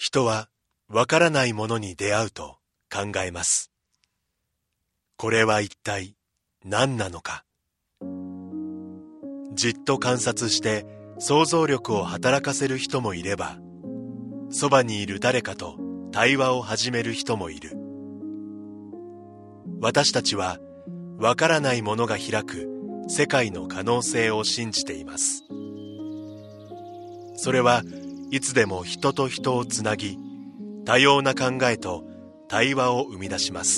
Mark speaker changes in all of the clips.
Speaker 1: 人はわからないものに出会うと考えます。これは一体何なのか。じっと観察して想像力を働かせる人もいれば、そばにいる誰かと対話を始める人もいる。私たちはわからないものが開く世界の可能性を信じています。それはいつでも人と人をつなぎ、多様な考えと対話を生み出します。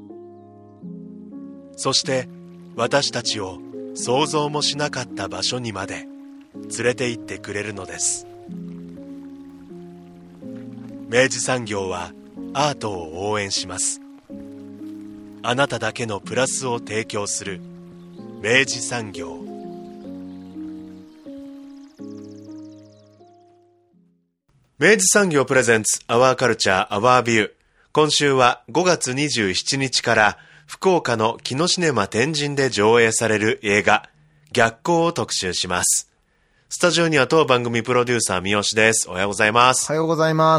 Speaker 1: そして私たちを想像もしなかった場所にまで連れて行ってくれるのです。明治産業はアートを応援します。あなただけのプラスを提供する明治産業。明治産業プレゼンツアワーカルチャーアワービュー。今週は5月27日から福岡のキノシネマ天神で上映される映画逆光を特集します。スタジオには当番組プロデューサー三好です。おはようございます。
Speaker 2: おはようございます。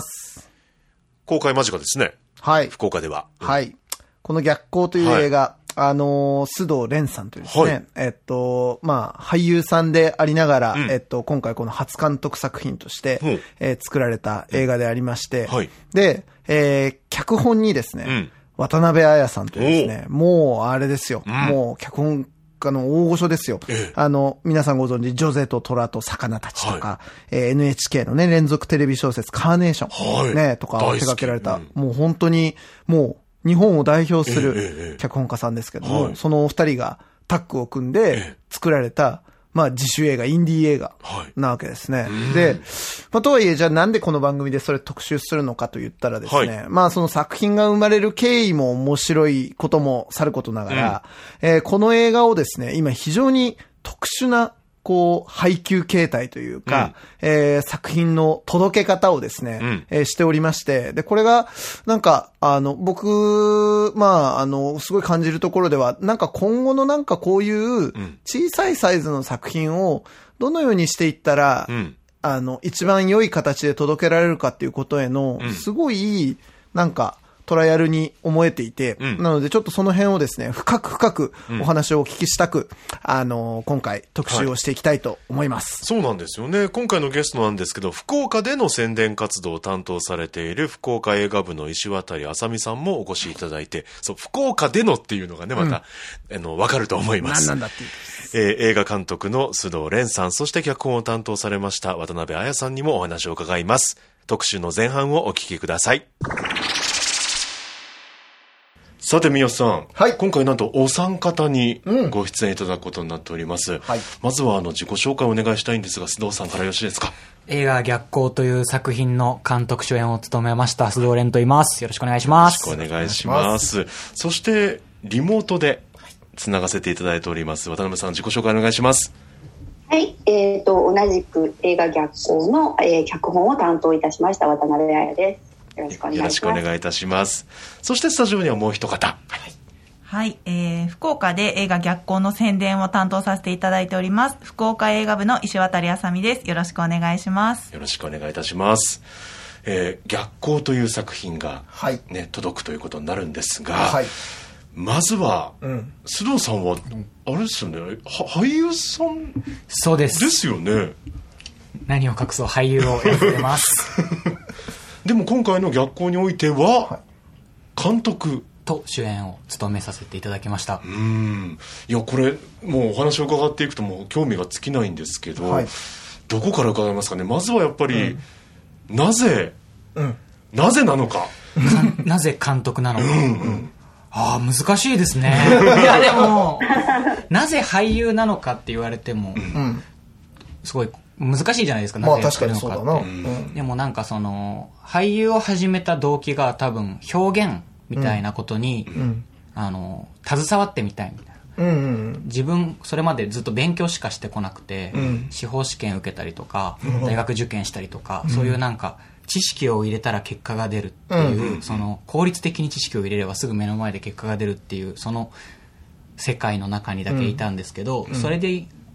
Speaker 1: 公開間近ですね。
Speaker 2: はい。
Speaker 1: 福岡では。
Speaker 2: はい。この逆光という映画、須藤蓮さんというですね、俳優さんでありながら、今回この初監督作品として、作られた映画でありまして、で、脚本にですね、渡辺彩さんというですね、もうあれですよ、もう脚本家の大御所ですよ。皆さんご存知、ジョゼと虎と魚たちとか、NHK のね、連続テレビ小説カーネーション、ね、とかを手掛けられた、もう本当に、もう日本を代表する脚本家さんですけども、そのお二人がタッグを組んで作られた、自主映画、インディー映画なわけですね。で、とはいえ、じゃあなんでこの番組でそれ特集するのかと言ったらですね、その作品が生まれる経緯も面白いこともさることながら、この映画をですね、今非常に特殊な配給形態というか、作品の届け方をですね、しておりまして、で、これが、なんか、僕、すごい感じるところでは、なんか今後のなんかこういう小さいサイズの作品をどのようにしていったら、一番良い形で届けられるかっていうことへの、すごい、なんか、トライアルに思えていて、なのでちょっとその辺をですね、深くお話をお聞きしたく、今回特集をしていきたいと思います。
Speaker 1: そうなんですよね。今回のゲストなんですけど、福岡での宣伝活動を担当されている福岡映画部の石渡あさみさんもお越しいただいて、そう、福岡でのっていうのがね、また、わかると思います。
Speaker 2: なんだっていう。
Speaker 1: 映画監督の須藤蓮さん、そして脚本を担当されました渡辺彩さんにもお話を伺います。特集の前半をお聞きください。さて、三好さん、今回なんとお三方にご出演いただくことになっております。まずは自己紹介をお願いしたいんですが、須藤さんからよろしいですか。
Speaker 3: 映画逆光という作品の監督主演を務めました須藤蓮と言います。よろしくお願いします。
Speaker 1: よろしくお願いします。そしてリモートでつながせていただいております渡辺さん、自己紹介お願いします。
Speaker 4: はい、同じく映画逆光の、脚本を担当いたしました渡辺彩です。よろしくお願いします。
Speaker 1: よろしくお願いいたします。そしてスタジオにはもう一方。
Speaker 5: はい、福岡で映画逆光の宣伝を担当させていただいております福岡映画部の石渡あさみです。よろしくお願いします。
Speaker 1: よろしくお願いいたします。逆光という作品が、届くということになるんですが、まずは、須藤さんはあれですよね、俳優さん
Speaker 3: そうです
Speaker 1: ですよね。
Speaker 3: 何を隠そう、俳優をやってます
Speaker 1: でも今回の逆光においては、監督
Speaker 3: と主演を務めさせていただきました。
Speaker 1: いや、これもうお話を伺っていくともう興味が尽きないんですけど、どこから伺いますかね。まずはやっぱり、なぜなのか
Speaker 3: なぜ監督なのか、難しいですねいやでもなぜ俳優なのかって言われても、すごい難しいじゃないですか。
Speaker 2: 確かにそうだな。
Speaker 3: でもなんかその俳優を始めた動機が多分表現みたいなことに、携わってみたいみたいな、自分それまでずっと勉強しかしてこなくて、司法試験受けたりとか、大学受験したりとか、そういうなんか知識を入れたら結果が出るっていう、その効率的に知識を入れればすぐ目の前で結果が出るっていうその世界の中にだけいたんですけど、それで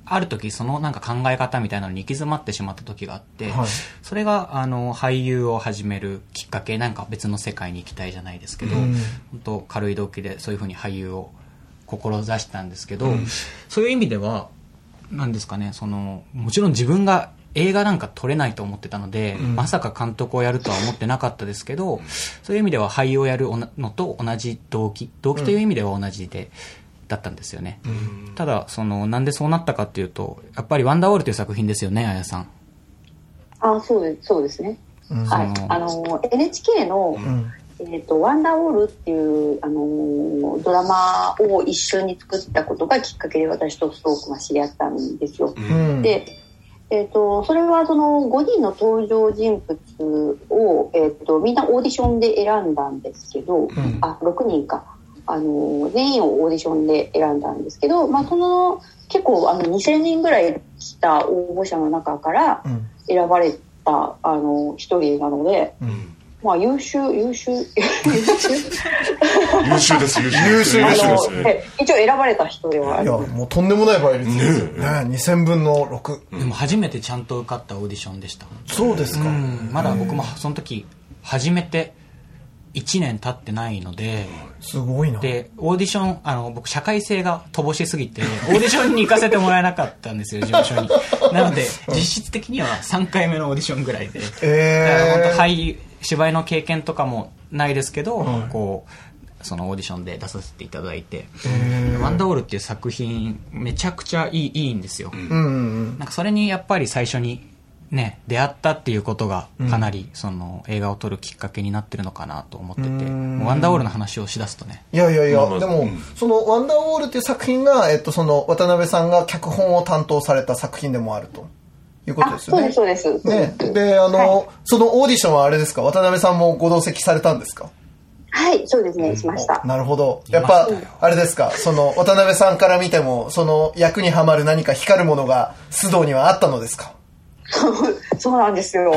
Speaker 3: ある時そのなんか考え方みたいなのに行き詰まってしまった時があって、それが俳優を始めるきっかけ、なんか別の世界に行きたいじゃないですけど、本当軽い動機でそういうふうに俳優を志したんですけど、そういう意味ではなんですかね、もちろん自分が映画なんか撮れないと思ってたので、まさか監督をやるとは思ってなかったですけど、そういう意味では俳優をやるのと同じ動機という意味では同じで、だったんですよね。ただなんでそうなったかっていうと、やっぱりワンダーウォールという作品ですよね、あやさん。
Speaker 4: そうですね。NHK の、ワンダーウォールっていうドラマを一緒に作ったことがきっかけで私とストークが知り合ったんですよ。で、それはその5人の登場人物を、みんなオーディションで選んだんですけど、6人か。全員をオーディションで選んだんですけど、結構2000人ぐらい来た応募者の中から選ばれた一人なので、優秀です一応選ばれた人ではある。
Speaker 2: いや、もうとんでもない倍率ですよね。2000分の6。
Speaker 3: でも初めてちゃんと受かったオーディションでした。
Speaker 2: そうですか。
Speaker 3: まだ僕もその時初めて1年経ってないので、
Speaker 2: すごいな。
Speaker 3: でオーディション僕社会性が乏しすぎてオーディションに行かせてもらえなかったんですよ、事務所に。なので実質的には3回目のオーディションぐらいで、だから本当芝居の経験とかもないですけど、そのオーディションで出させていただいて、ワンダーウォールっていう作品めちゃくちゃいいんですよ。なんかそれにやっぱり最初にね、出会ったっていうことがかなり映画を撮るきっかけになってるのかなと思ってて、もうワンダーウォールの話をしだすとね。
Speaker 2: いや、でも、そのワンダーウォールっていう作品が、その渡辺さんが脚本を担当された作品でもあるということですよね。
Speaker 4: そうです。
Speaker 2: ね、で、そのオーディションはあれですか、渡辺さんもご同席されたんですか？
Speaker 4: はい、そうですね、しました。
Speaker 2: なるほど。やっぱ、あれですか、渡辺さんから見ても、その役にはまる何か光るものが須藤にはあったのですか？
Speaker 4: そうなんですよ。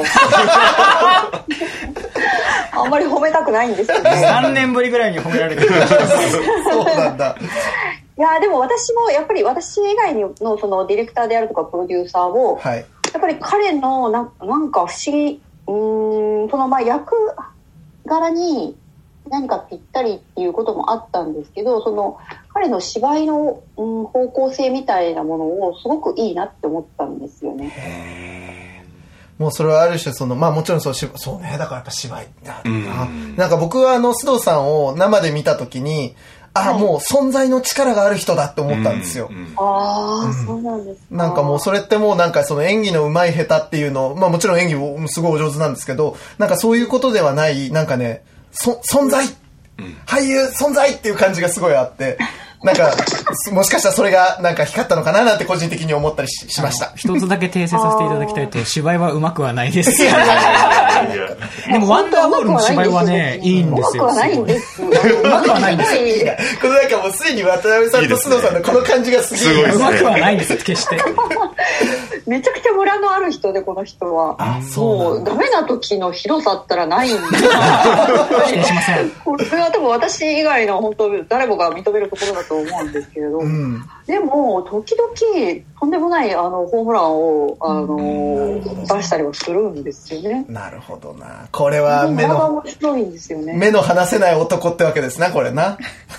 Speaker 4: あんまり褒めたくないんですけど、
Speaker 3: 3年ぶりぐらいに褒められてる。
Speaker 2: そうなんだ。
Speaker 4: いや、でも私もやっぱり私以外のそのディレクターであるとかプロデューサーを、やっぱり彼のなんか不思議、その役柄に何かぴったりっていうこともあったんですけど、その彼の芝居の、方向性みたいなものをすごくいいなって思ったんですよね。
Speaker 2: もうそれはある種もちろんそうね、だからやっぱ芝居だな。なんか僕は須藤さんを生で見たときに、もう存在の力がある人だって思ったんですよ。
Speaker 4: そうなんですか。
Speaker 2: なんかもうそれってもうなんか演技の上手い下手っていうの、もちろん演技もすごいお上手なんですけど、なんかそういうことではない、なんかね、存在、俳優存在っていう感じがすごいあって、なんかもしかしたらそれがなんか光ったのかななんて個人的に思ったり しました。
Speaker 3: 一つだけ訂正させていただきたいと、芝居は上手くはないです。でもワンダーウォールの芝居はね、いいんですよ。
Speaker 4: 上手くはないんです。
Speaker 3: 上手くはないんですよ。
Speaker 2: このなんかもうすでに渡辺さんと須藤さんのこの感じがすげえ。
Speaker 3: 上手くはないんです、決して。
Speaker 4: めちゃくちゃムラのある人で、この人は。もうダメな時の広さったらないんで。
Speaker 3: 否定しません。
Speaker 4: これは多分私以外の本当誰もが認めるところだと思うんですけれど、でも時々とんでもないホームランを出したりはするんですよね。
Speaker 2: なるほどな。これは
Speaker 4: 目の面白いんですよね。
Speaker 2: 目の離せない男ってわけですな、これな。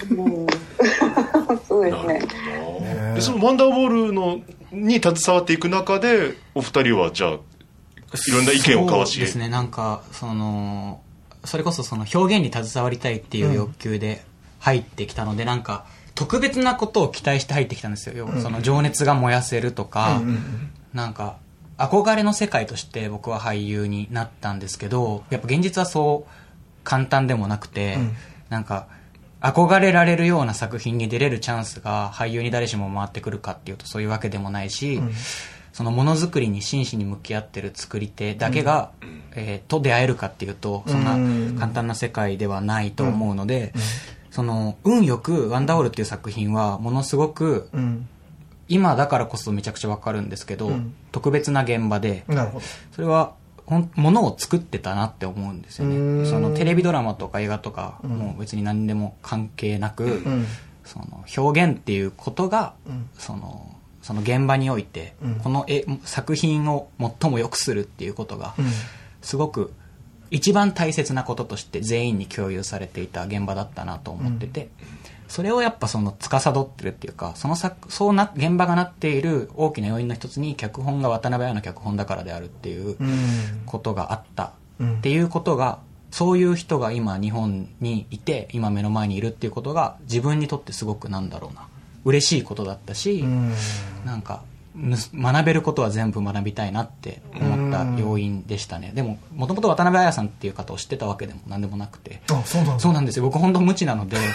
Speaker 4: そうですね。
Speaker 1: でそのワンダーウォールに携わっていく中でお二人はじゃあいろんな意見を交わし、
Speaker 3: そうですね、なんかそれこそ表現に携わりたいっていう欲求で入ってきたので、なんか特別なことを期待して入ってきたんですよ。その情熱が燃やせるとか、なんか憧れの世界として僕は俳優になったんですけど、やっぱ現実はそう簡単でもなくて、なんか憧れられるような作品に出れるチャンスが俳優に誰しも回ってくるかっていうとそういうわけでもないし、そのものづくりに真摯に向き合ってる作り手だけが、と出会えるかっていうとそんな簡単な世界ではないと思うので、運よくワンダーウォールっていう作品はものすごく、今だからこそめちゃくちゃわかるんですけど、特別な現場で、それはものを作ってたなって思うんですよね。テレビドラマとか映画とかもう別に何でも関係なく、表現っていうことが、 その現場において、この作品を最も良くするっていうことが、すごく一番大切なこととして全員に共有されていた現場だったなと思ってて、それをやっぱ司ってるっていうか、現場がなっている大きな要因の一つに、脚本が渡辺彩の脚本だからであるっていうことがあったっていうことが、そういう人が今日本にいて、今目の前にいるっていうことが自分にとってすごく嬉しいことだったし、なんか学べることは全部学びたいなって思った要因でしたね。でももともと渡辺彩さんっていう方を知ってたわけでも何でもなくて。そうなんですよ。僕本当無知なので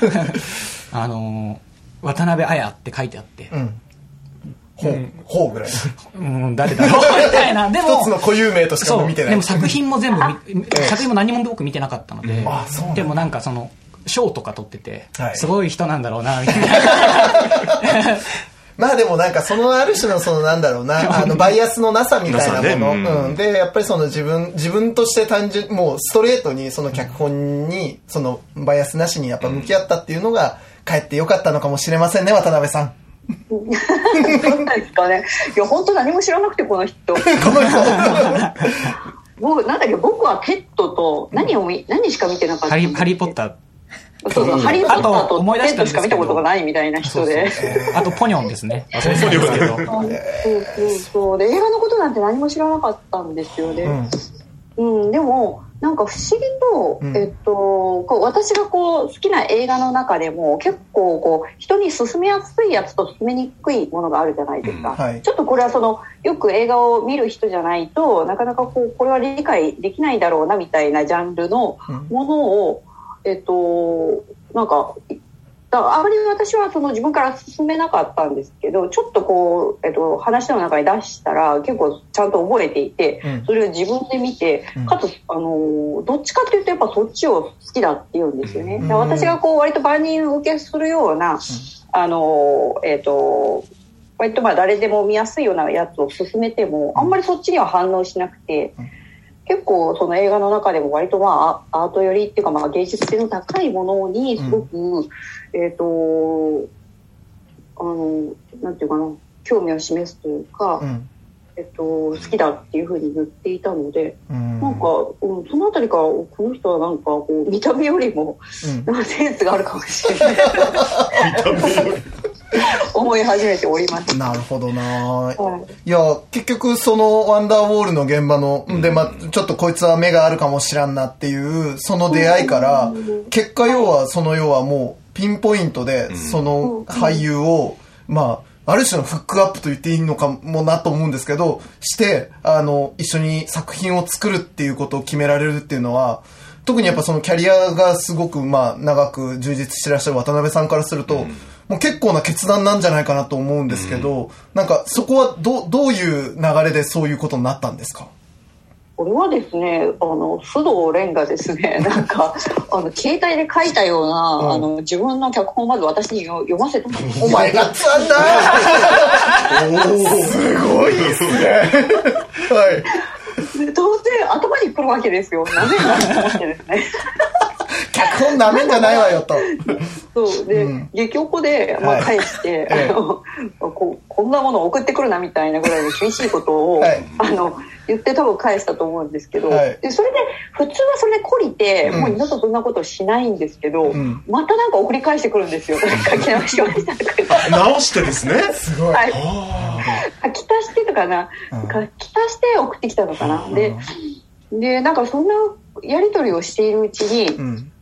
Speaker 3: 渡辺彩って書いてあって、
Speaker 2: ほうぐらい
Speaker 3: 誰だろうみたいな。でも
Speaker 2: 一つの固有名としか見てない。
Speaker 3: でも作品も全部作品も何も僕見てなかったので、でもなんか賞とか取ってて、すごい人なんだろうなみたいな
Speaker 2: まあでもなんかある種のなんだろうな、バイアスのなさみたいなもの、でやっぱり自分として単純もうストレートに脚本にバイアスなしにやっぱ向き合ったっていうのがかえってよかったのかもしれませんね、渡辺さん。
Speaker 4: そうなんですかね。いや本当何も知らなくてこの人僕はペットと何しか見てなかった。
Speaker 3: ハリーポッター。
Speaker 4: そうハリー・ポッターとペットしか見たことがないみたいな人で、
Speaker 3: あとポニョンですね。忘れてましたけど。
Speaker 4: そうで映画のことなんて何も知らなかったんですよね。でもなんか不思議と、私が好きな映画の中でも結構人に勧めやすいやつと勧めにくいものがあるじゃないですか。ちょっとこれはよく映画を見る人じゃないとなかなかこれは理解できないだろうなみたいなジャンルのものを、なんかあまり私は自分から進めなかったんですけど、ちょっと話の中に出したら結構ちゃんと覚えていて、それを自分で見て、かつどっちかっていうとやっぱそっちを好きだって言うんですよね。私が割と万人受けするような割と誰でも見やすいようなやつを進めてもあんまりそっちには反応しなくて、結構映画の中でも割とアート寄りっていうか芸術性の高いものにすごく、なんていうかな、興味を示すというか、好きだっていうふうに言っていたので、なんか、そのあたりからこの人はなんか見た目よりも、センスがあるかもしれない見た目より思い始めております。
Speaker 2: なるほどな、いや結局ワンダーウォールの現場の、でちょっとこいつは目があるかもしらんなっていうその出会いから、結果要はもうピンポイントで俳優をある種のフックアップと言っていいのかもなと思うんですけどして一緒に作品を作るっていうことを決められるっていうのは、特にやっぱキャリアがすごく長く充実してらっしゃる渡辺さんからすると、もう結構な決断なんじゃないかなと思うんですけど、なんかそこはどういう流れでそういうことになったんですか？
Speaker 4: これはですね、須藤蓮がですね、なんか携帯で書いたような、自分の脚本をまず私に読ませたんです。
Speaker 2: お前がつんだすごいですね
Speaker 4: 当然頭に来るわけですよ。なぜかと思ってですね
Speaker 2: 脚本なめんじゃないわよと。
Speaker 4: そうで、激おこで、返して、こんなものを送ってくるなみたいなぐらいの厳しいことを、言って多分返したと思うんですけど、でそれで普通はそれで懲りて、もう二度とそんなことしないんですけど、またなんか送り返してくるんですよ。書き直しましたとか言って。
Speaker 1: 直してですね。
Speaker 2: すごい。
Speaker 4: 書き足してとかな、書き足して送ってきたのかな。でなんかそんなやり取りをしているうちに、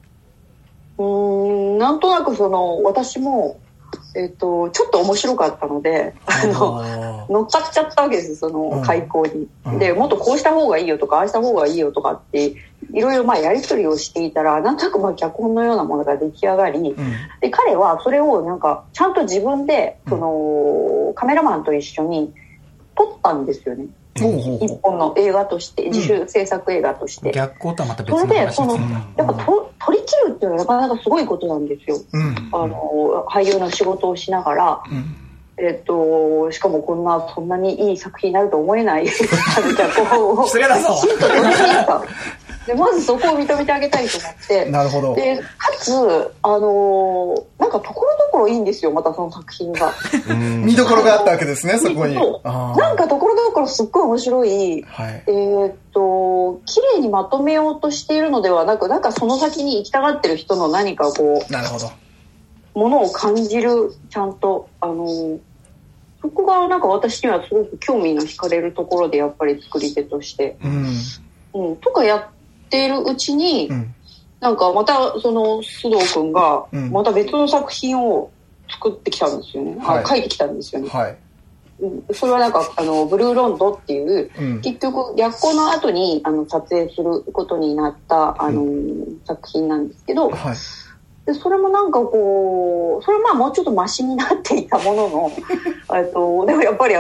Speaker 4: なんとなく私も、ちょっと面白かったので乗っかっちゃったわけです開口に。でもっとこうした方がいいよとかああした方がいいよとかっていろいろやり取りをしていたら、なんとなく脚本のようなものが出来上がり、で彼はそれをなんかちゃんと自分でカメラマンと一緒に撮ったんですよね。一本の映画として、自主制作映画として。
Speaker 3: 逆光とはまた別の話ですね。
Speaker 4: それでやっぱ撮り切るっていうのはなかなかすごいことなんですよ。俳優の仕事をしながら、しかもそんなにいい作品になると思えない脚本を
Speaker 3: 失礼だぞ
Speaker 4: きちんと撮り切った。 でまずそこを認めてあげたいと思って。
Speaker 2: なるほど。
Speaker 4: で、かつ、なんかところどころいいんですよ、またその作品が。
Speaker 2: 見どころがあったわけですね、そこに。
Speaker 4: なんかところどころすっごい面白い、はい、綺麗にまとめようとしているのではなく、なんかその先に行きたがってる人の何かこう、
Speaker 2: なるほど。
Speaker 4: ものを感じる、ちゃんと、そこがなんか私にはすごく興味の惹かれるところで、やっぱり作り手として。とかやっているうちに、なんかまたその須藤くんがまた別の作品を作ってきたんですよね、書いてきたんですよね、はい、それはなんかブルーロンドっていう、結局逆光の後に撮影することになった作品なんですけど、はい、でそれもなんかこうそれはまあもうちょっとマシになっていたもののでもやっぱり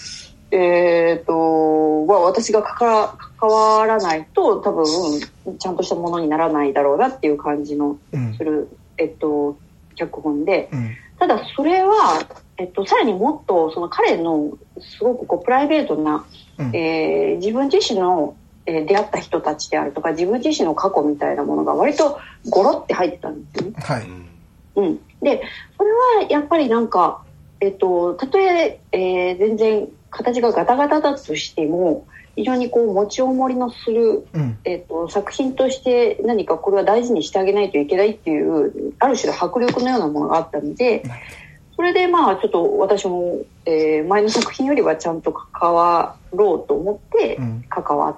Speaker 4: 私が関わらないと多分ちゃんとしたものにならないだろうなっていう感じのする、脚本で、ただそれは、さらにもっとその彼のすごくこうプライベートな、自分自身の、出会った人たちであるとか自分自身の過去みたいなものが割とゴロって入ってたんですよね。はいでそれはやっぱりなんか、たとえ全然形がガタガタだとしても非常にこう持ち重りのする、作品として何かこれは大事にしてあげないといけないっていうある種の迫力のようなものがあったので、それでまあちょっと私も、前の作品よりはちゃんと関わろうと思って関わった、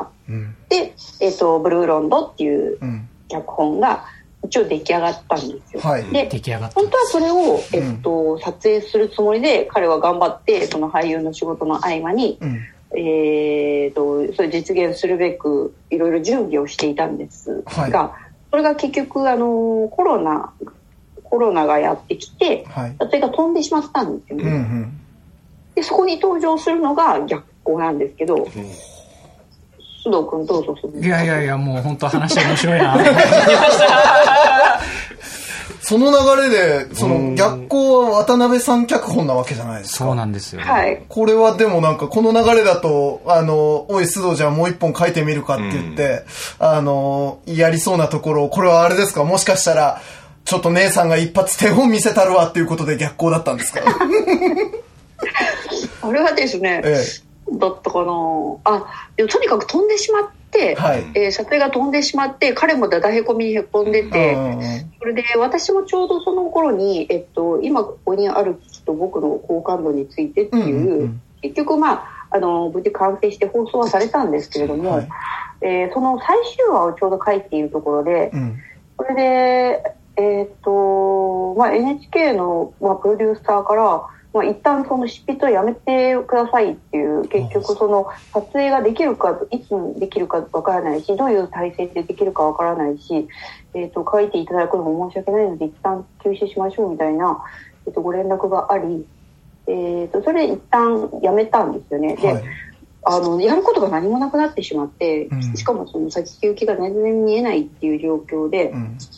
Speaker 4: で、ブルーロンドっていう脚本が一応出来上がったんですよ、はい、で本当はそれを、撮影するつもりで彼は頑張ってその俳優の仕事の合間に、それ実現するべくいろいろ準備をしていたんですが、はい、それが結局コロナがやってきて、はい、撮影が飛んでしまったんですよね、でそこに登場するのが逆光なんですけど、須藤君どうぞ。
Speaker 3: いやもう本当話面白いな
Speaker 2: その流れでその逆光は渡辺さん脚本なわけじゃないですか。
Speaker 3: そうなんですよ、ね、
Speaker 4: はい。
Speaker 2: これはでもなんかこの流れだとおい須藤じゃあもう一本書いてみるかって言って、やりそうなところ、これはあれですか、もしかしたらちょっと姉さんが一発手本見せたるわっていうことで逆光だったんですか
Speaker 4: あれはですね、だったかなでもとにかく飛んでしまって、はい、撮影が飛んでしまって彼もだだへこみにへこんでて、それで私もちょうどその頃に、今ここにある基地と僕の好感度についてっていう、結局まあ無事完成して放送はされたんですけれども、はい、その最終話をちょうど書いているところで、それでNHK の、プロデューサーから一旦その執筆をやめてくださいっていう、結局その撮影ができるかいつできるかわからないし、どういう体制でできるかわからないし、書いていただくのも申し訳ないので一旦休止しましょうみたいな、ご連絡があり、それで一旦やめたんですよね。で、やることが何もなくなってしまって、しかもその先行きが全然見えないっていう状況で、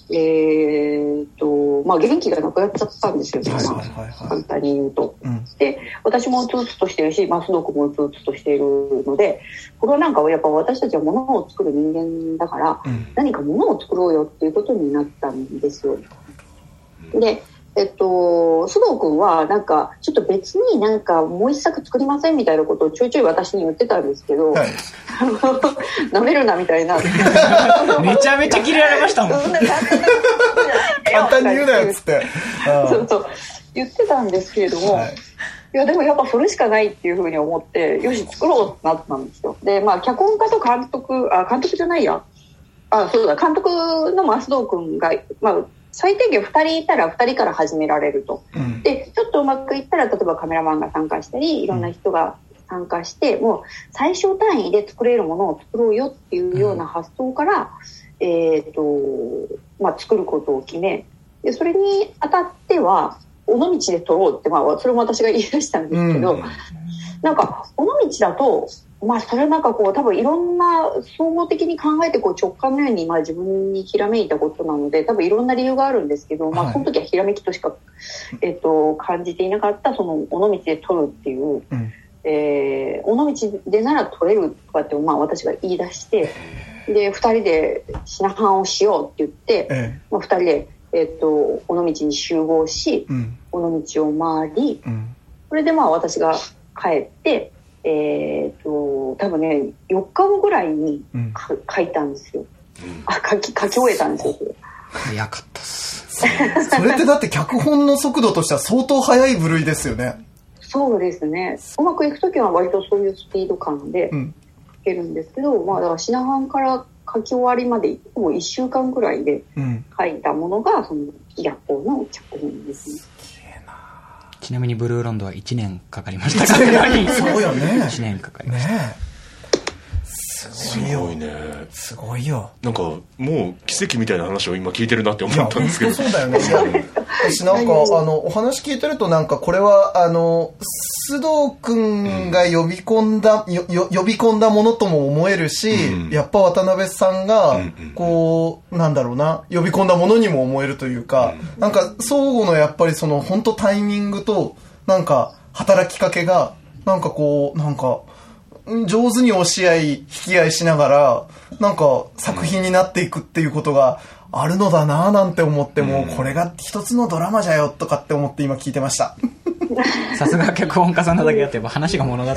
Speaker 4: 元気がなくなっちゃったんですよね、簡単に言うと。で、私もうつうつとしてるし、須藤君もうつうつとしているので、これはなんかやっぱ私たちは物を作る人間だから、何か物を作ろうよっていうことになったんですよ。で、須藤君はなんかちょっと別になんかもう一作作りませんみたいなことをちょいちょい私に言ってたんですけど、はい、舐めるなみたいな
Speaker 3: めちゃめちゃキレられましたもん
Speaker 2: 簡単に言うなよっつって
Speaker 4: そう言ってたんですけれども、はい、いやでもやっぱそれしかないっていうふうに思って、よし作ろうってなったんですよ。で脚本家と監督じゃないやそうだ、監督の須藤君が最低限2人いたら2人から始められると、でちょっとうまくいったら例えばカメラマンが参加したりいろんな人が参加して、もう最小単位で作れるものを作ろうよっていうような発想から、作ることを決め、でそれにあたっては尾道で撮ろうって、それも私が言い出したんですけど、なんか尾道だとそれなんか多分いろんな総合的に考えて直感のように自分にひらめいたことなので、多分いろんな理由があるんですけど、その時はひらめきとしか、感じていなかったその尾道で撮るっていう、尾道でなら撮れるとかって私が言い出して、 で、二人で品藩をしようって言って、二人で、尾道に集合し、尾道を回り、それで私が帰って、多分ね、4日後ぐらいに書いたんですよ。書き終えたんですよ。
Speaker 3: 早かったっす。
Speaker 2: それってだって脚本の速度としては相当速い部類ですよね。
Speaker 4: そうですね。うまくいくときは割とそういうスピード感でいけるんですけど、だから品藩から書き終わりまでほぼ1週間ぐらいで書いたものが、その逆行の脚本ですね。
Speaker 3: ちなみにブルーロンドは1年かかりましたからね。
Speaker 2: そうよね。
Speaker 3: 1年かかりました。
Speaker 2: すごいね。すごいよ。
Speaker 1: なんかもう奇跡みたいな話を今聞いてるなって思ったんですけど。
Speaker 2: そうだよね。私なんかお話聞いてるとなんかこれは須藤くんが呼び込んだものとも思えるし、やっぱ渡辺さんがこうなんだろうな、呼び込んだものにも思えるというか、なんか相互のやっぱりその本当タイミングとなんか働きかけがなんかこうなんか上手に押し合い引き合いしながらなんか作品になっていくっていうことがあるのだなぁなんて思って、もうこれが一つのドラマじゃよとかって思って今聞いてました。
Speaker 3: さすが脚本家さんなだけあって話が物語る。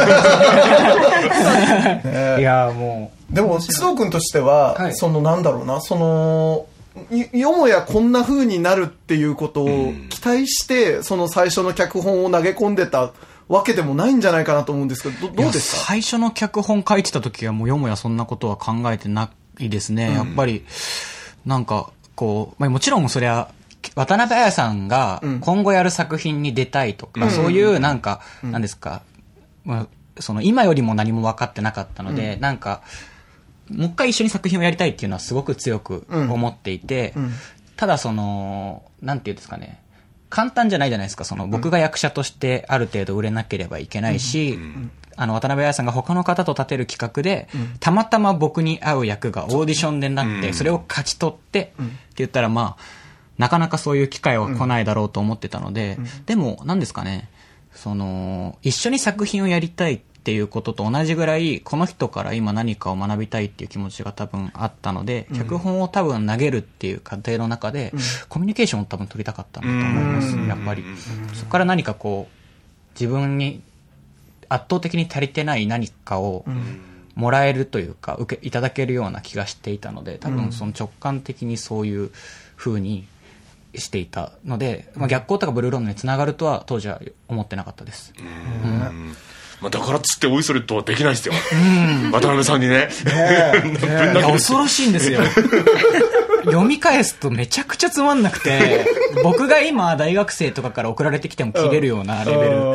Speaker 3: いやもう
Speaker 2: でも須藤君としては、はい、そのなんだろうな、そのよもやこんな風になるっていうことを期待してその最初の脚本を投げ込んでたわけでもないんじゃないかなと思うんですけど、どうですか？
Speaker 3: 最初の脚本書いてた時はもうよもやそんなことは考えてないですね。やっぱりなんかこう、もちろんそりゃ渡辺彩さんが今後やる作品に出たいとか、そういうなんか、なんですか、その今よりも何も分かってなかったので、なんかもう一回一緒に作品をやりたいっていうのはすごく強く思っていて、ただそのなんていうんですかね、簡単じゃないじゃないですか。その僕が役者としてある程度売れなければいけないし、渡辺彩さんが他の方と立てる企画で、たまたま僕に合う役がオーディションでなって、それを勝ち取って、って言ったらなかなかそういう機会は来ないだろうと思ってたので、でも何ですかね、その一緒に作品をやりたいっていうことと同じぐらいこの人から今何かを学びたいっていう気持ちが多分あったので、脚本を多分投げるっていう過程の中で、コミュニケーションを多分取りたかったんだと思います。やっぱりそこから何かこう自分に圧倒的に足りてない何かをもらえるというかいただけるような気がしていたので、多分その直感的にそういう風にしていたので、逆光とかブルーロンドにつながるとは当時は思ってなかったです。
Speaker 1: だからっつっておいそれとはできないですよ。渡辺さんにね。
Speaker 3: いや恐ろしいんですよ。読み返すとめちゃくちゃつまんなくて、僕が今大学生とかから送られてきても切れるようなレベル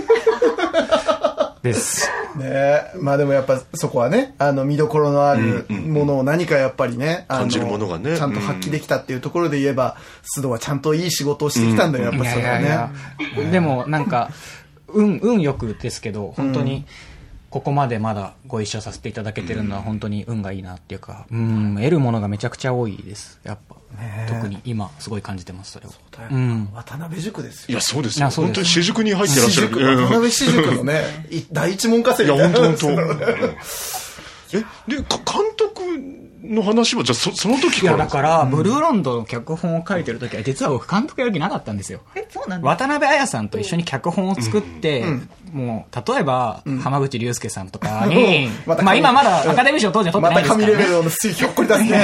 Speaker 3: です。
Speaker 2: ね、でもやっぱそこはね、見どころのあるものを何かやっぱりね、
Speaker 1: 感じるものがね、
Speaker 2: ちゃんと発揮できたっていうところで言えば、須藤はちゃんといい仕事をしてきたんだよ、やっぱそれはね。
Speaker 3: でもなんか運よくですけど、本当にここまでまだご一緒させていただけてるのは本当に運がいいなっていうか、得るものがめちゃくちゃ多いです。やっぱ特に今すごい感じてます。それを。
Speaker 2: 渡辺塾ですよ。
Speaker 1: いやそうですよ。本当に私塾に入ってらっしゃる。
Speaker 2: 渡辺私塾のね、第一門下生みたいな。
Speaker 1: いや本当。で監督の話はじゃあその時から。
Speaker 3: いやだからブルーロンドの脚本を書いてる時は実は僕監督やる気なかったんですよ。
Speaker 5: そうなんですか？
Speaker 3: 渡辺彩さんと一緒に脚本を作って、もう例えば浜口竜介さんとかに、今まだアカデミー賞当時は取ってないですからね。
Speaker 2: また神レベルのひょっこり出すね。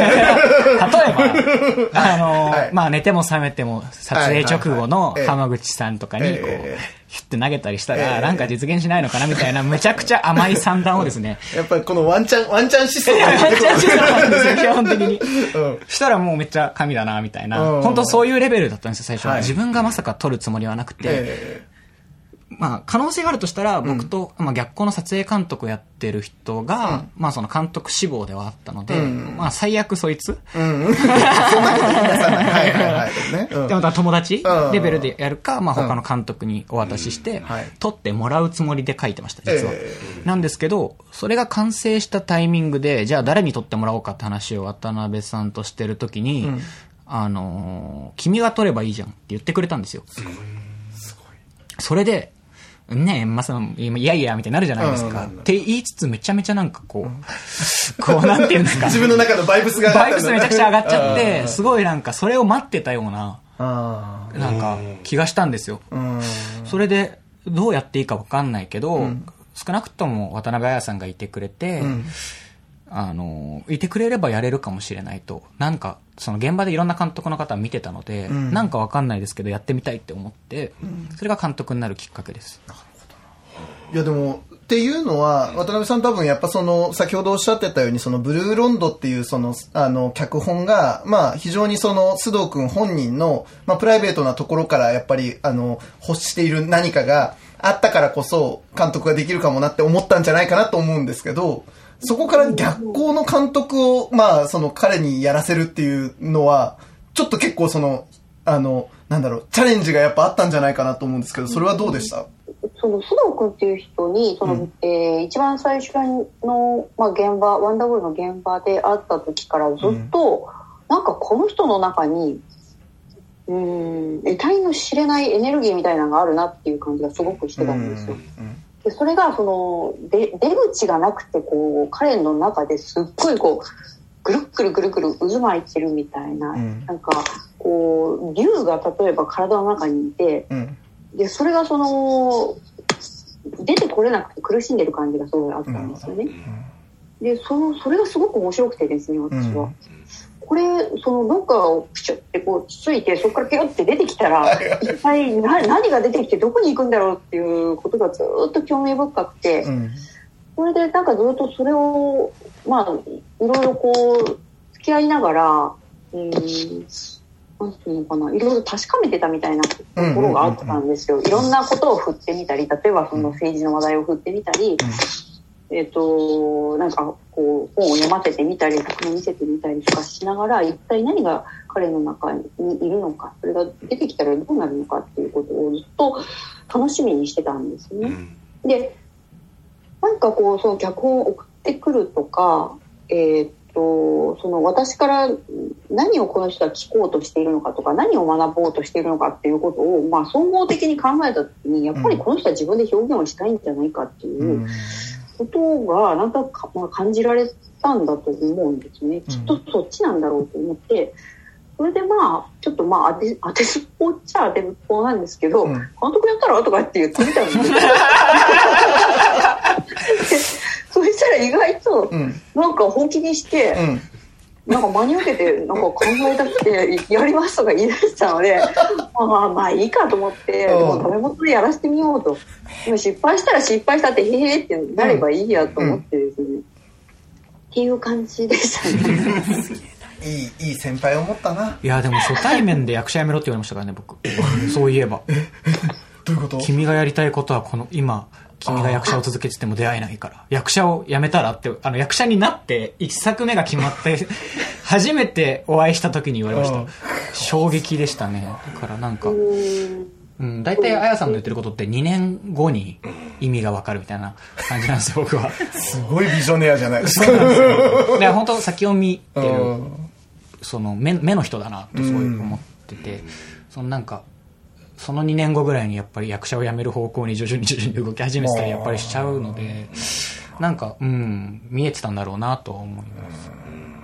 Speaker 3: 例えば寝ても覚めても撮影直後の浜口さんとかにこうヒュッて投げたりしたらなんか実現しないのかなみたいなめちゃくちゃ甘い算段をですね。
Speaker 2: やっぱりこのワンチャン思想
Speaker 3: なんですよ、基本的に。したらもうめっちゃ神だなみたいな、本当そういうレベルだったんですよ最初は。自分がまさか撮るつもりはなくて、可能性があるとしたら僕と、逆光の撮影監督をやってる人が、その監督志望ではあったので、最悪そいつ、そんなこと言いなさない。でも友達レベルでやるか、他の監督にお渡しして、撮ってもらうつもりで書いてました実は。なんですけどそれが完成したタイミングで、じゃあ誰に撮ってもらおうかって話を渡辺さんとしてる時に、君が撮ればいいじゃんって言ってくれたんですよ。それでねえ、まさに、いやいや、みたいになるじゃないですか。って言いつつ、めちゃめちゃなんかこうなんていうんですか。
Speaker 2: 自分の中のバイブスが上がった。
Speaker 3: バイブスめちゃくちゃ上がっちゃって、すごいなんかそれを待ってたような、なんか気がしたんですよ。それで、どうやっていいかわかんないけど、少なくとも渡辺彩さんがいてくれて、いてくれればやれるかもしれないと。なんか、その現場でいろんな監督の方見てたので、なんかわかんないですけど、やってみたいって思って、それが監督になるきっかけです。
Speaker 2: いやでも、っていうのは、渡辺さん多分やっぱ先ほどおっしゃってたように、ブルーロンドっていう脚本が、まあ非常に須藤くん本人の、まあプライベートなところからやっぱり、欲している何かがあったからこそ、監督ができるかもなって思ったんじゃないかなと思うんですけど、そこから逆光の監督を、まあ、彼にやらせるっていうのは、ちょっと結構なんだろう、チャレンジがやっぱあったんじゃないかなと思うんですけど、それはどうでした？
Speaker 4: 須藤君っていう人に、一番最初の、まあ、現場、ワンダーボールの現場で会った時からずっと、なんかこの人の中に、得体の知れないエネルギーみたいなのがあるなっていう感じがすごくしてたんですよ。でそれが出口がなくて彼の中ですっごいぐるっくるぐるぐる渦巻いてるみたいな、なんか竜が例えば体の中にいて、でそれが出てこれなくて苦しんでる感じがすごいあったんですよね。でそれがすごく面白くてですね、私は。これどっかをプチュってつついてそこからピュって出てきたら一体何が出てきてどこに行くんだろうっていうことがずっと興味深くて、それでなんかずっとそれをまあいろいろ付き合いながらなんていうのかな、いろいろ確かめてたみたいなところがあったんですよ。いろんなことを振ってみたり、例えば政治の話題を振ってみたり、なんか本を読ませてみたり作品見せてみたりとかしながら、一体何が彼の中にいるのか、それが出てきたらどうなるのかっていうことをずっと楽しみにしてたんですよね。でなんかその脚本を送ってくるとか、私から何をこの人は聞こうとしているのかとか、何を学ぼうとしているのかっていうことを、まあ、総合的に考えた時に、やっぱりこの人は自分で表現をしたいんじゃないかっていうことがなんとなく、まあ、感じられたんだと思うんですね。きっとそっちなんだろうと思って、それでまあちょっとまあ当てずっぽうっちゃ当てずっぽうなんですけど、監督やったらとかって言ってみたんですよ。そしたら意外となんか本気にして、なんか真に受けてなんか考えたくてやりますとか言い出したのでまあいいかと思って、もうダメ元でやらせてみようと。でも失敗したら失敗したってへへってなればいいやと思ってですね、っていう感じでしたね。
Speaker 2: いい先輩を持ったな。
Speaker 3: いやでも初対面で役者やめろって言われましたからね、僕。そういえば。
Speaker 2: どういうこと？
Speaker 3: 君がやりたいことは今君が役者を続けてても出会えないから、役者を辞めたらって、役者になって1作目が決まって初めてお会いした時に言われました。衝撃でしたね。だからなんか大体あやさんの言ってることって2年後に意味がわかるみたいな感じなんですよ、僕は。
Speaker 2: すごいビジョネアじゃないですか。
Speaker 3: そうなんですよ。で本当先を見てる目の人だなとすごい思ってて、なんかその2年後ぐらいにやっぱり役者を辞める方向に徐々に動き始めてたりやっぱりしちゃうので、なんか見えてたんだろうなと思います。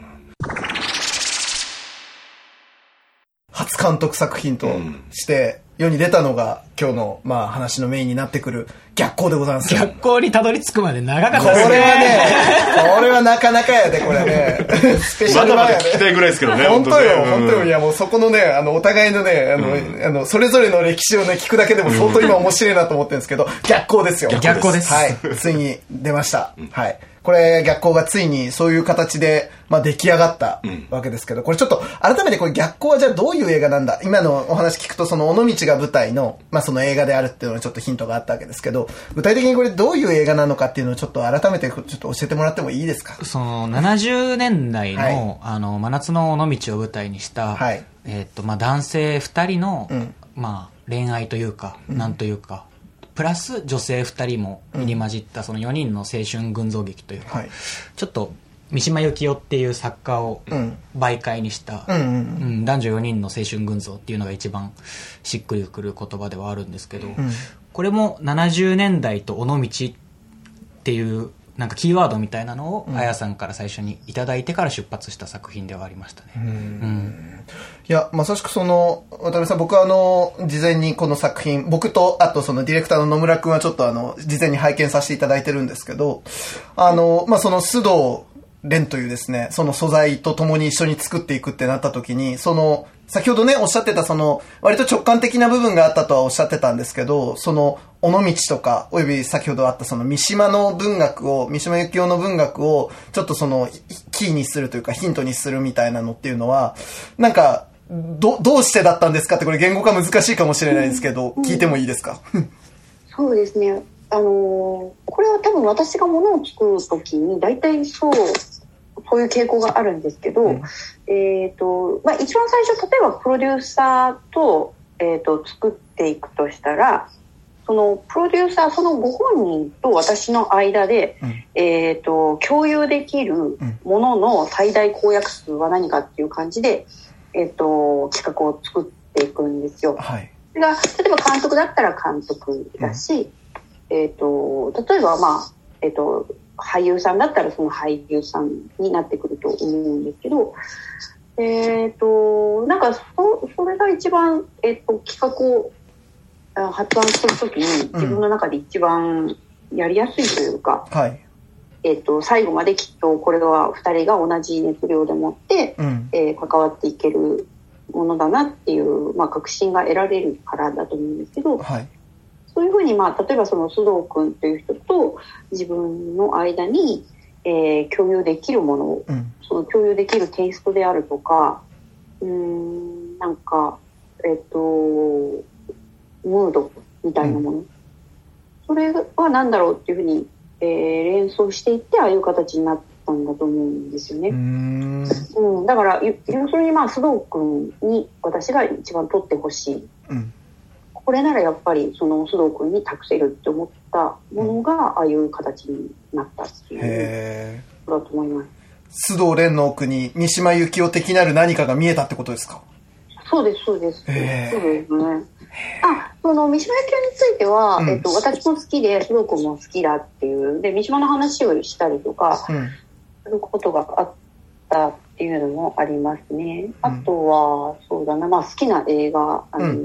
Speaker 2: 初監督作品として世に出たのが今日のまあ話のメインになってくる逆光でございます。
Speaker 3: 逆光にたどり着くまで長かったですね。
Speaker 2: これはなかなかやで、これね。スペシャル版やで。
Speaker 1: まだまだ聞きたいぐらいですけどね。
Speaker 2: 本当よ、本当よ。いやもうそこのね、お互いのね、それぞれの歴史をね、聞くだけでも相当今面白いなと思ってるんですけど、逆光ですよ。
Speaker 3: 逆光です。
Speaker 2: はい。ついに出ました。はい。これ逆光がついにそういう形で、まあ、出来上がったわけですけど、これちょっと改めてこれ逆光はじゃあどういう映画なんだ、今のお話聞くとその尾道が舞台の、まあ、その映画であるっていうのにちょっとヒントがあったわけですけど、具体的にこれどういう映画なのかっていうのをちょっと改めてちょっと教えてもらってもいいですか。
Speaker 3: 70年代の、はい、真夏の尾道を舞台にした、はい、まあ、男性2人の、まあ、恋愛というか、なんというかプラス女性2人も入り混じったその4人の青春群像劇というか、ちょっと三島由紀夫っていう作家を媒介にした、男女4人の青春群像っていうのが一番しっくりくる言葉ではあるんですけど、 これも70年代と尾道っていうなんかキーワードみたいなのをあやさんから最初にいただいてから出発した作品ではありましたね。
Speaker 2: いや、まさしくその、渡辺さん、僕は事前にこの作品、僕と、あとそのディレクターの野村くんはちょっと事前に拝見させていただいてるんですけど、その須藤蓮というですね、その素材と共に一緒に作っていくってなった時に、先ほどね、おっしゃってた割と直感的な部分があったとはおっしゃってたんですけど、尾道とか、および先ほどあった三島の文学を、三島由紀夫の文学を、ちょっとキーにするというか、ヒントにするみたいなのっていうのは、なんか、どうしてだったんですかって、これ言語化難しいかもしれないですけど、聞いてもいいですか？
Speaker 4: そうですね。これは多分私がものを作るときに、大体そういう傾向があるんですけど、一番最初、例えばプロデューサーと、作っていくとしたら、そのプロデューサー、そのご本人と私の間で、共有できるものの最大公約数は何かっていう感じで、企画を作っていくんですよ。はい、それが例えば監督だったら監督だし、例えば俳優さんだったらその俳優さんになってくると思うんですけど、なんかそれが一番、企画を発案するときに自分の中で一番やりやすいというか、はい、最後まできっとこれは2人が同じ熱量でもって、関わっていけるものだなっていう、確信が得られるからだと思うんですけど、はい、そういうふうに、例えばその須藤君という人と自分の間に、共有できるもの、その共有できるテイストであるとか、なんかムードみたいなもの、それは何だろうっていうふうに、連想していってああいう形になったんだと思うんですよね。だから要するに須藤君に私が一番撮ってほしい、これならやっぱりその須藤君に託せるって思ったものがああいう形になったっていうことだと思います。
Speaker 2: 須藤蓮の奥に三島由紀夫的なる何かが見えたってことですか？
Speaker 4: そうですそうです。そうですね。その三島由紀夫については、私も好きで須藤君も好きだっていうで三島の話をしたりとか、することがあったっていうのもありますね。あとはそうだな、好きな映画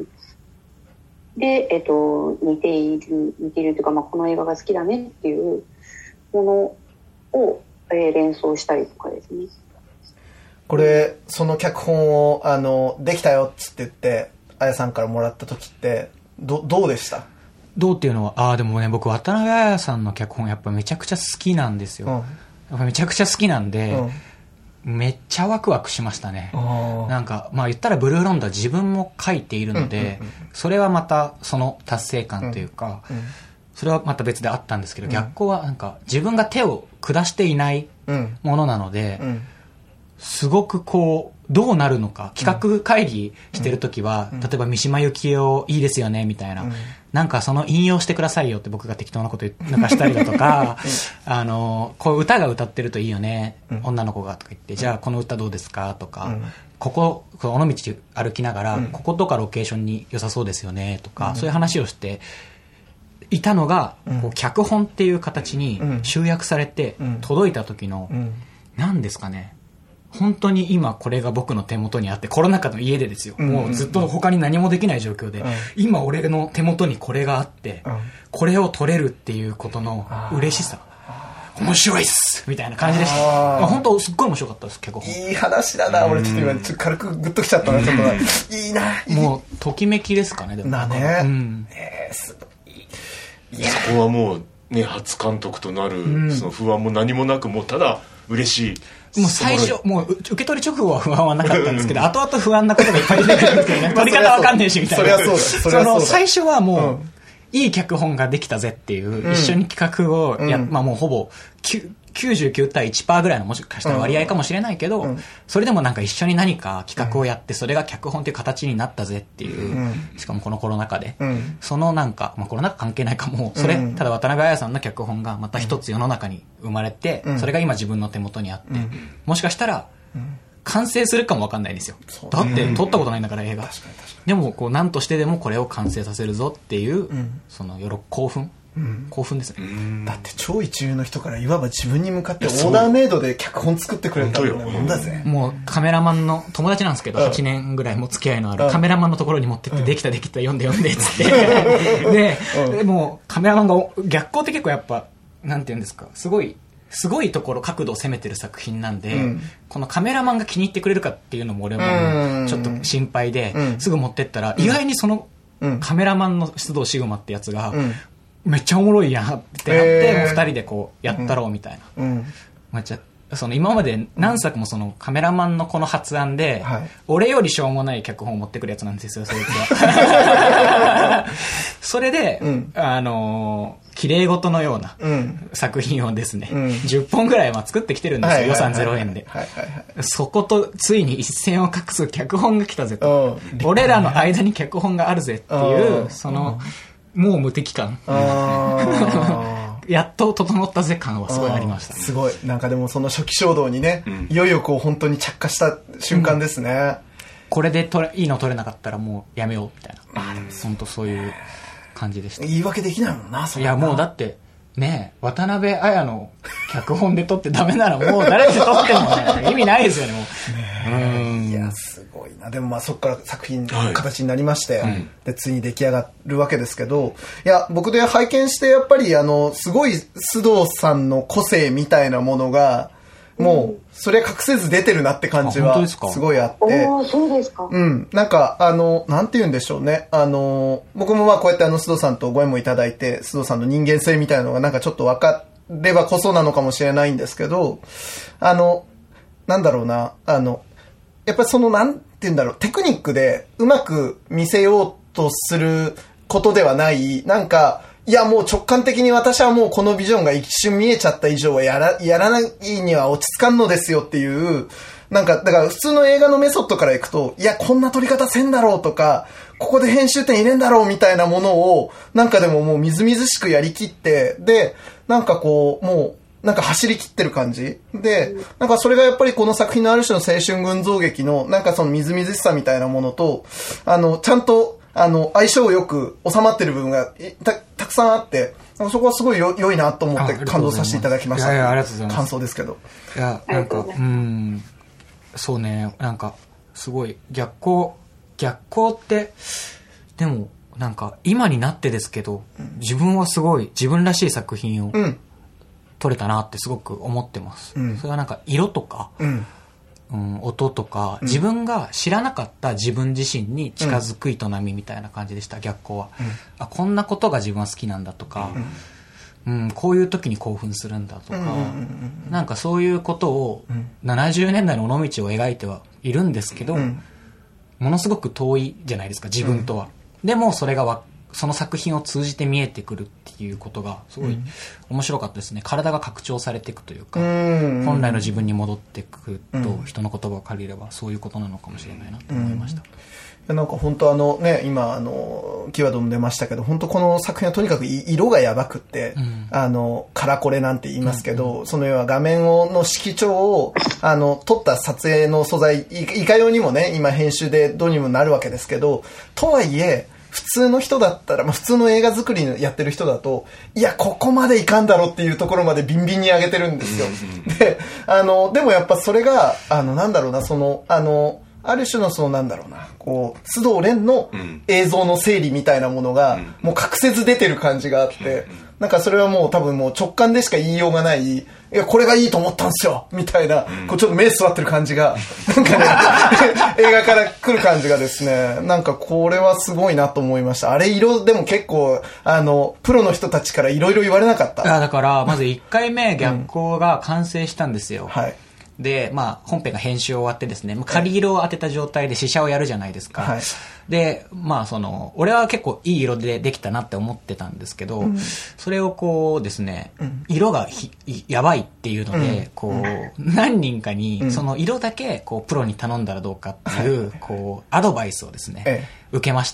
Speaker 4: で、似ているというか、この映画が好きだねっていうものを、連想したりとかですね。
Speaker 2: これその脚本をできたよっつって言ってあやさんからもらった時ってどうでした？
Speaker 3: どうっていうのはでもね、僕渡辺あやさんの脚本やっぱめちゃくちゃ好きなんですよ。やっぱめちゃくちゃ好きなんで、めっちゃワクワクしましたね。なんか言ったらブルーロンドは自分も書いているので、それはまたその達成感というか、それはまた別であったんですけど、逆光はなんか自分が手を下していないものなので、すごくどうなるのか、企画会議してるときは、例えば三島由紀夫いいですよねみたいな、なんかその引用してくださいよって僕が適当なこと抜かしたりだとかこう歌が歌ってるといいよね、女の子がとか言って、じゃあこの歌どうですかとか、この道歩きながら、こことかロケーションに良さそうですよねとか、そういう話をしていたのが、脚本っていう形に集約されて届いた時の、何ですかね、本当に今これが僕の手元にあって、コロナ禍の家でですよ、もうずっと他に何もできない状況で、今俺の手元にこれがあって、これを撮れるっていうことの嬉しさ、面白いっすみたいな感じでした。本当すっごい面白かったです、脚本。
Speaker 2: いい話だな。俺ちょっと今軽くグッときちゃったな。ちょっといいな。
Speaker 3: もうときめきですかね、でも。
Speaker 2: だね。
Speaker 1: すごい。そこはもうね、初監督となるその不安も何もなく、もうただ嬉しい。
Speaker 3: もう最初、もう受け取り直後は不安はなかったんですけど、後々不安なことがいっぱい出てくるんですけどね。取り方わかんねえしみたいな。
Speaker 2: そりゃそうだ。
Speaker 3: 最初はもう、いい脚本ができたぜっていう、一緒に企画をもうほぼ99対 1% ぐらいのもしかしたら割合かもしれないけど、それでもなんか一緒に何か企画をやって、それが脚本という形になったぜっていう、しかもこのコロナ禍で、そのなんか、コロナ禍関係ないかも、それ、ただ渡辺あやさんの脚本がまた一つ世の中に生まれて、それが今自分の手元にあって、もしかしたら、 完成するかもわかんないんですよ。だって撮ったことないんだから映画。でもこう何としてでもこれを完成させるぞっていう、その興奮ですね。
Speaker 2: だって超一流の人からいわば自分に向かってオーダーメイドで脚本作ってくれたようなもんだぜ。
Speaker 3: もうカメラマンの友達なんですけど、8年ぐらいも付き合いのあるカメラマンのところに持ってって、できた読んでっつってでもうカメラマンが逆光って結構やっぱなんていうんですか、すごいところ角度を攻めてる作品なんで、このカメラマンが気に入ってくれるかっていうのも俺もちょっと心配で、すぐ持ってったら意外にそのカメラマンの須藤シグマってやつがめっちゃおもろいやんってなって、もう2人でこうやったろうみたいな、めっちゃその今まで何作もそのカメラマンのこの発案で、俺よりしょうもない脚本を持ってくるやつなんですよ、そいつは。それで、綺麗事のような作品をですね、10本ぐらいは作ってきてるんですよ、予算0円で。そことついに一線を画す脚本が来たぜと。俺らの間に脚本があるぜっていう、その、もう無敵感。やっと整ったぜ感はすごいありました、ね。
Speaker 2: すごい。なんかでもその初期衝動にね、いよいよこう本当に着火した瞬間ですね。
Speaker 3: これでいいの撮れなかったらもうやめようみたいな。本当そういう感じでした。
Speaker 2: 言い訳できないもんな、
Speaker 3: それ。いやもうだって、ねえ、渡辺彩の脚本で撮ってダメならもう誰で撮ってもね、意味ないですよね、もう。
Speaker 2: いや、すごいな。でもまあそこから作品の形になりまして、で、ついに出来上がるわけですけど、いや、僕で拝見してやっぱりすごい須藤さんの個性みたいなものが、もう、それ隠せず出てるなって感じは、すごいあって。
Speaker 4: そうですか。
Speaker 2: なんか、なんて言うんでしょうね。僕もまあこうやって須藤さんとご縁もいただいて、須藤さんの人間性みたいなのがなんかちょっと分かればこそなのかもしれないんですけど、なんだろうな、やっぱりその、なんて言うんだろう、テクニックでうまく見せようとすることではない、なんか、いやもう直感的に私はもうこのビジョンが一瞬見えちゃった以上はやらないには落ち着かんのですよっていう、なんか、だから普通の映画のメソッドからいくと、いやこんな撮り方せんだろうとか、ここで編集点入れんだろうみたいなものを、なんかでももうみずみずしくやりきって、で、なんかこう、もう、なんか走り切ってる感じで、なんかそれがやっぱりこの作品のある種の青春群像劇の、なんかそのみずみずしさみたいなものと、ちゃんと、相性よく収まってる部分がたくさんあって、そこはすごい良いなと思って感動させていただきました。
Speaker 3: いやありがとうございます。
Speaker 2: 感想ですけど。
Speaker 3: いや、なんか、そうね、なんか、すごい、逆光って、でも、なんか、今になってですけど、自分はすごい自分らしい作品を撮れたなってすごく思ってます。それはなんか、色とか、音とか、自分が知らなかった自分自身に近づく営みみたいな感じでした、逆光は。こんなことが自分は好きなんだとか、こういう時に興奮するんだとか、なんかそういうことを70年代の尾道を描いてはいるんですけど、ものすごく遠いじゃないですか、自分とは。でもそれがその作品を通じて見えてくるっていうことがすごい面白かったですね。体が拡張されていくというか、本来の自分に戻っていくと、人の言葉を借りればそういうことなのかもしれないなと思いました。
Speaker 2: なんか本当今キーワードも出ましたけど、本当この作品はとにかく色がやばくって、カラコレなんて言いますけど、その要は画面の色調を、撮った撮影の素材、いかようにもね、今編集でどうにもなるわけですけど、とはいえ、普通の人だったら、普通の映画作りやってる人だと、いや、ここまでいかんだろっていうところまでビンビンに上げてるんですよ。で、でもやっぱそれが、なんだろうな、ある種の須藤蓮の映像の整理みたいなものが、もう隠せず出てる感じがあって、なんかそれはもう多分もう直感でしか言いようがない、いや、これがいいと思ったんですよみたいな、こうちょっと目座ってる感じが、なんかね、映画から来る感じがですね、なんかこれはすごいなと思いました。あれ色でも結構、プロの人たちからいろいろ言われなかった。
Speaker 3: だから、まず1回目逆光が完成したんですよ。
Speaker 2: はい。
Speaker 3: で、本編が編集終わってですね、仮色を当てた状態で試写をやるじゃないですか。
Speaker 2: はい、
Speaker 3: で、俺は結構いい色でできたなって思ってたんですけど、それをこうですね、色がやばいっていうので、何人かに、その色だけ、プロに頼んだらどうかっていう、アドバイスをですね、 受けまして、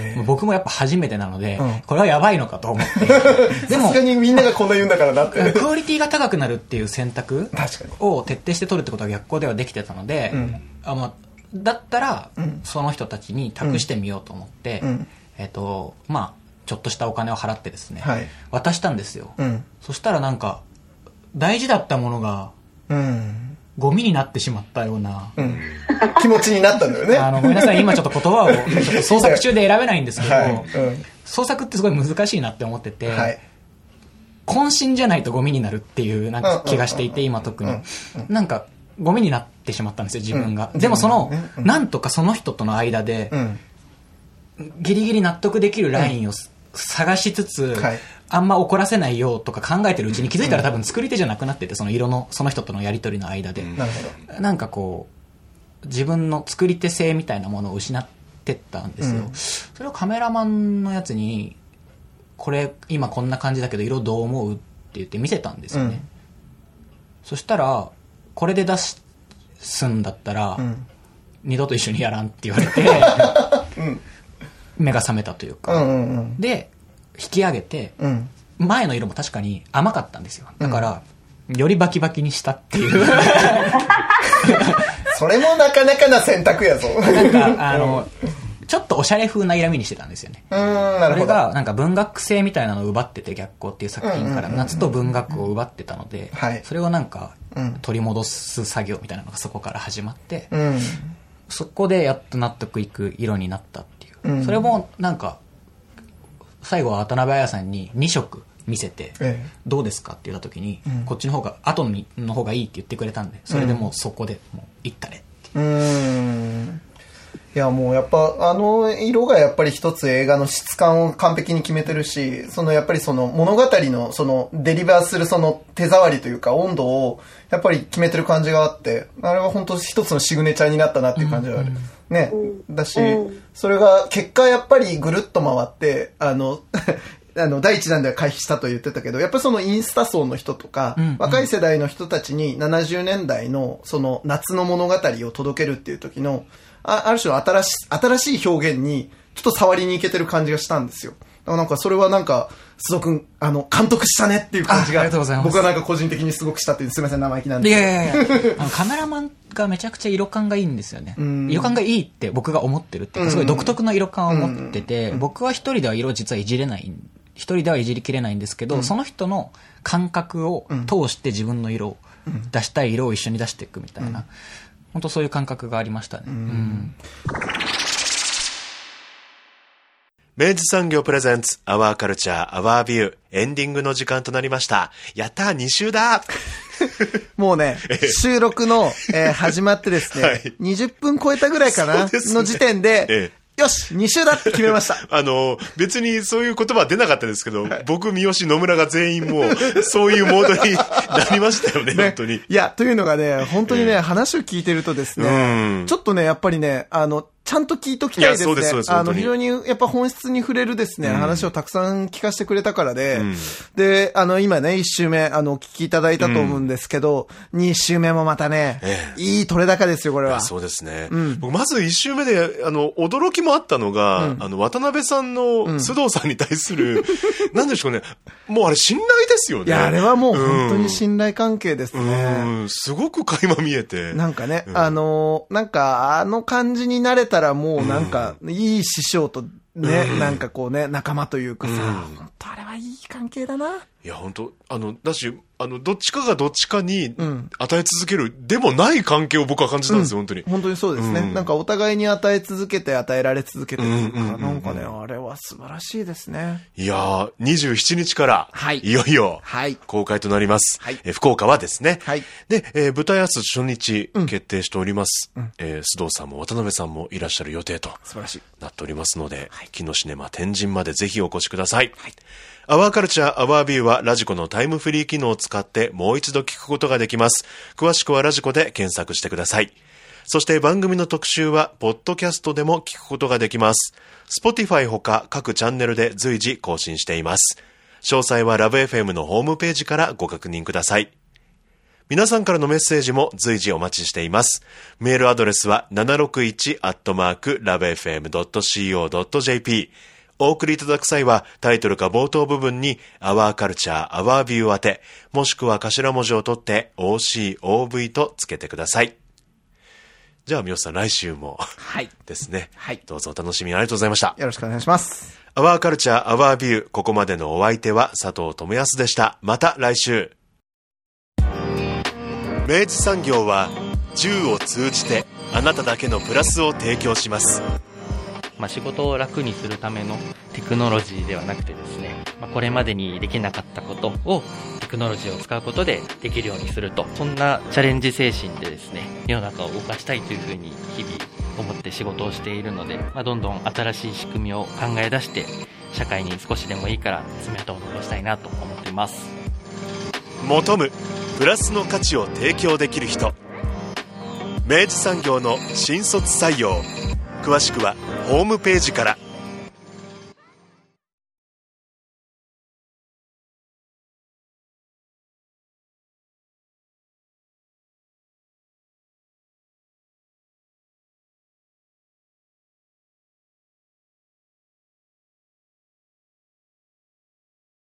Speaker 3: 僕もやっぱ初めてなので、これはやばいのかと思って。
Speaker 2: でも、さすがにみんながこんな言うんだからなって。
Speaker 3: クオリティが高くなるっていう選択を徹底して取るってことは逆光ではできてたので、だったら、その人たちに託してみようと思って、まあ、ちょっとしたお金を払ってですね、渡したんですよ。そしたらなんか、大事だったものが、ゴミになってしまったような、
Speaker 2: 気持ちになったんだよね。
Speaker 3: ごめんなさい、今ちょっと言葉をちょっと創作中で選べないんですけど、創作ってすごい難しいなって思ってて、渾身じゃないとゴミになるっていうなんか気がしていて、今特に。なんかゴミになってしまったんですよ、自分が。でもなんとかその人との間で、ギリギリ納得できるラインを探しつつ、あんま怒らせないよとか考えてるうちに気づいたら多分作り手じゃなくなってて、その人とのやり取りの間で。なんかこう、自分の作り手性みたいなものを失ってったんですよ。それをカメラマンのやつに、これ今こんな感じだけど色どう思うって言って見せたんですよね。そしたら、これで出すんだったら、二度と一緒にやらんって言われて、目が覚めたというか。で、引き上げて、前の色も確かに甘かったんですよ。だから、よりバキバキにしたっていう。
Speaker 2: それもなかなかな選択やぞ。
Speaker 3: なんか、ちょっとおしゃれ風な色味にしてたんですよね。
Speaker 2: なるほど。
Speaker 3: それが、なんか文学性みたいなのを奪ってて、逆光っていう作品から、夏と文学を奪ってたので、それをなんか、取り戻す作業みたいなのがそこから始まって、そこでやっと納得いく色になったっていう。それも、なんか、最後は渡辺彩さんに2色見せて、どうですかって言った時に、こっちの方が、後の方がいいって言ってくれたんで、それでもうそこでもう行ったねっていう。
Speaker 2: いやもうやっぱ色がやっぱり一つ映画の質感を完璧に決めてるし、やっぱりその物語のデリバーするその手触りというか温度をやっぱり決めてる感じがあって、あれは本当一つのシグネチャーになったなっていう感じがある。ね。だし、それが結果やっぱりぐるっと回って、第一弾では回避したと言ってたけど、やっぱりそのインスタ層の人とか、若い世代の人たちに70年代のその夏の物語を届けるっていう時の、ある種の新しい表現にちょっと触りにいけてる感じがしたんですよ。だからなんかそれはなんか、須藤くん、監督したねっていう感じが、僕はなんか個人的にすごくしたっていう、すみません、生意気なんで。
Speaker 3: いやカメラマンがめちゃくちゃ色感がいいんですよね。色感がいいって僕が思ってるっていうか、すごい独特の色感を持ってて、僕は一人では色実はいじれない。一人ではいじりきれないんですけど、その人の感覚を通して自分の色を、出したい色を一緒に出していくみたいな。本当そういう感覚がありましたね。
Speaker 1: 明治産業プレゼンツアワーカルチャーアワービューエンディングの時間となりました。やったー2週だ
Speaker 2: もうね、収録の、始まってですね、20分超えたぐらいかな、の時点で、よし !2 週だって決めました。
Speaker 1: 別にそういう言葉は出なかったですけど、僕、三好、野村が全員もう、そういうモードになりましたよね、本当に。
Speaker 2: いや、というのがね、本当にね、話を聞いてるとですね、ちょっとね、やっぱりね、ちゃんと聞いときたいですね。非常にやっぱ本質に触れるですね、話をたくさん聞かせてくれたからで、で、今ね、1週目、お聞きいただいたと思うんですけど、2週目もまたね、いい取れ高ですよ、これは。
Speaker 1: そうですね。僕、まず1週目で、驚きもあったのが、渡辺さんの須藤さんに対する、なんでしょうね、もうあれ信頼ですよね。
Speaker 2: いや、あれはもう本当に信頼関係ですね。
Speaker 1: すごく垣間見えて。
Speaker 2: なんかね、なんか、感じになれたらもうなんか、いい師匠とね、なんかこうね、仲間というかさ、本当あれはいい関係だな。
Speaker 1: いや、本当だし、どっちかがどっちかに与え続ける、でもない関係を僕は感じたんですよ、本当に。
Speaker 2: 本当にそうですね。なんかお互いに与え続けて与えられ続けてるから、なんかね、あれは素晴らしいですね。
Speaker 1: いやー、27日から、いよいよ、公開となります。福岡はですね。で、舞台挨拶初日決定しております。須藤さんも渡辺さんもいらっしゃる予定となっておりますので、木のシネマ天神までぜひお越しください。アワーカルチャーアワービューはラジコのタイムフリー機能を使ってもう一度聞くことができます。詳しくはラジコで検索してください。そして番組の特集はポッドキャストでも聞くことができます。Spotify ほか各チャンネルで随時更新しています。詳細はラブ FM のホームページからご確認ください。 皆さんからのメッセージも随時お待ちしています。メールアドレスは 761@lovefm.co.jp。お送りいただく際はタイトルか冒頭部分に Our Culture, Our View 宛て、もしくは頭文字を取って OCOV とつけてください。じゃあ、三好さん、来週も、はい、ですね。はい。どうぞお楽しみにありがとうございました。
Speaker 2: よろしくお願いします。
Speaker 1: Our Culture, Our View。ここまでのお相手は佐藤智康でした。また来週。明治産業は、銃を通じてあなただけのプラスを提供します。
Speaker 6: 仕事を楽にするためのテクノロジーではなくてですね、これまでにできなかったことをテクノロジーを使うことでできるようにすると、そんなチャレンジ精神でですね、世の中を動かしたいというふうに日々思って仕事をしているので、どんどん新しい仕組みを考え出して社会に少しでもいいから爪痕を残したいなと思っています。
Speaker 1: 求むプラスの価値を提供できる人、明治産業の新卒採用。詳しくはホームページから。